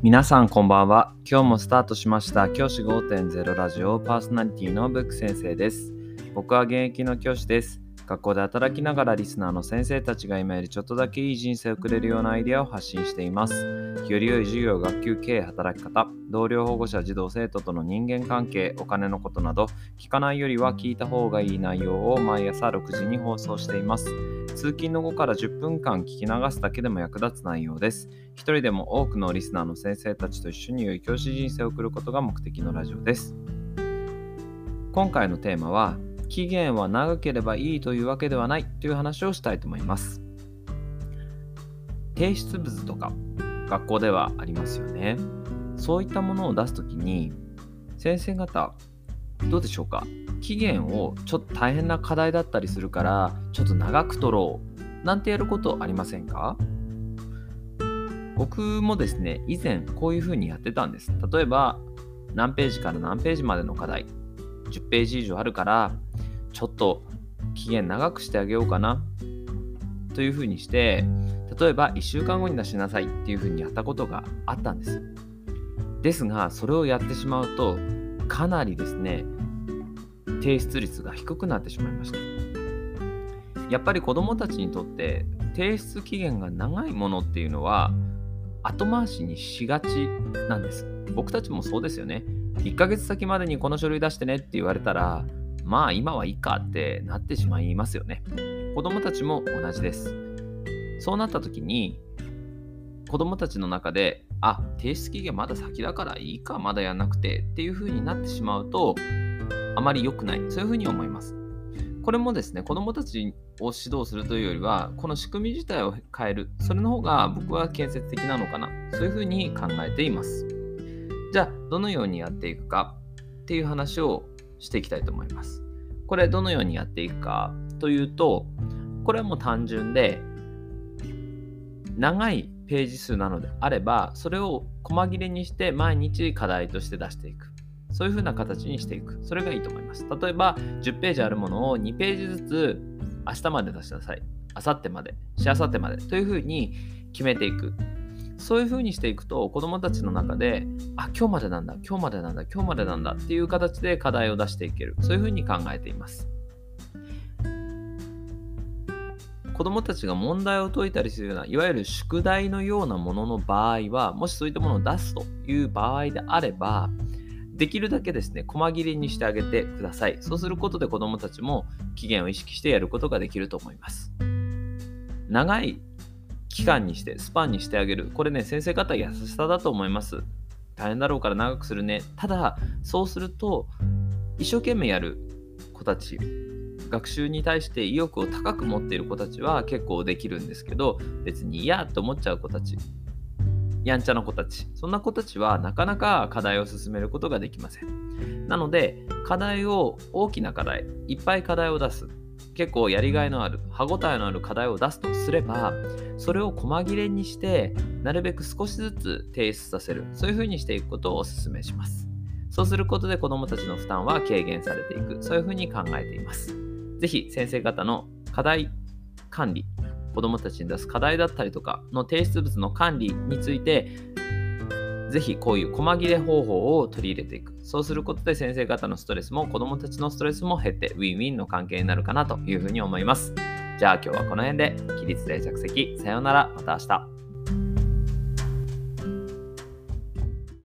皆さんこんばんは。今日もスタートしました教師 5.0 ラジオパーソナリティのブック先生です。僕は現役の教師です。学校で働きながらリスナーの先生たちが今よりちょっとだけいい人生を送れるようなアイデアを発信しています。より良い授業、学級経営、働き方、同僚、保護者、児童、生徒との人間関係、お金のことなど聞かないよりは聞いた方がいい内容を毎朝6時に放送しています。通勤の後から10分間聞き流すだけでも役立つ内容です。一人でも多くのリスナーの先生たちと一緒に良い教師人生を送ることが目的のラジオです。今回のテーマは、期限は長ければいいというわけではないという話をしたいと思います。提出物とか学校ではありますよね。そういったものを出すときに先生方どうでしょうか。期限をちょっと大変な課題だったりするからちょっと長く取ろうなんてやることありませんか？僕もですね、以前こういうふうにやってたんです。例えば何ページから何ページまでの課題10ページ以上あるからちょっと期限長くしてあげようかなというふうにして、例えば1週間後に出しなさいっていうふうにやったことがあったんです。ですがそれをやってしまうとかなりですね、提出率が低くなってしまいました。やっぱり子どもたちにとって提出期限が長いものっていうのは後回しにしがちなんです。僕たちもそうですよね。1ヶ月先までにこの書類出してねって言われたら、まあ今はいいかってなってしまいますよね。子どもたちも同じです。そうなった時に子どもたちの中で提出期限まだ先だからいいか、まだやんなくてっていう風になってしまうとあまり良くない、そういう風に思います。これもですね、子どもたちを指導するというよりはこの仕組み自体を変える、それの方が僕は建設的なのかな、そういう風に考えています。じゃあどのようにやっていくかっていう話をしていきたいと思います。これどのようにやっていくかというと、これはもう単純で、長いページ数なのであればそれを細切れにして毎日課題として出していく、そういう風な形にしていく、それがいいと思います。例えば10ページあるものを2ページずつ明日まで出しなさい、明後日まで、しあさってまでという風に決めていく。そういう風にしていくと子どもたちの中で今日までなんだ、今日までなんだ、今日までなんだっていう形で課題を出していける、そういう風に考えています。子どもたちが問題を解いたりするような、いわゆる宿題のようなものの場合は、もしそういったものを出すという場合であれば、できるだけですね、細切れにしてあげてください。そうすることで子どもたちも期限を意識してやることができると思います。長い期間にして、スパンにしてあげる。これね、先生方優しさだと思います。大変だろうから長くするね。ただ、そうすると、一生懸命やる子たち、学習に対して意欲を高く持っている子たちは結構できるんですけど、別に嫌と思っちゃう子たち、やんちゃな子たち、そんな子たちはなかなか課題を進めることができません。なので、大きな課題、いっぱい課題を出す。結構やりがいのある、歯ごたえのある課題を出すとすれば、それを細切れにしてなるべく少しずつ提出させる、そういう風にしていくことをお勧めします。そうすることで子どもたちの負担は軽減されていく、そういう風に考えています。ぜひ先生方の課題管理、子どもたちに出す課題だったりとかの提出物の管理について、ぜひこういう細切れ方法を取り入れていく。そうすることで先生方のストレスも子どもたちのストレスも減ってウィンウィンの関係になるかなというふうに思います。じゃあ今日はこの辺で。起立で着席。さようなら。また明日。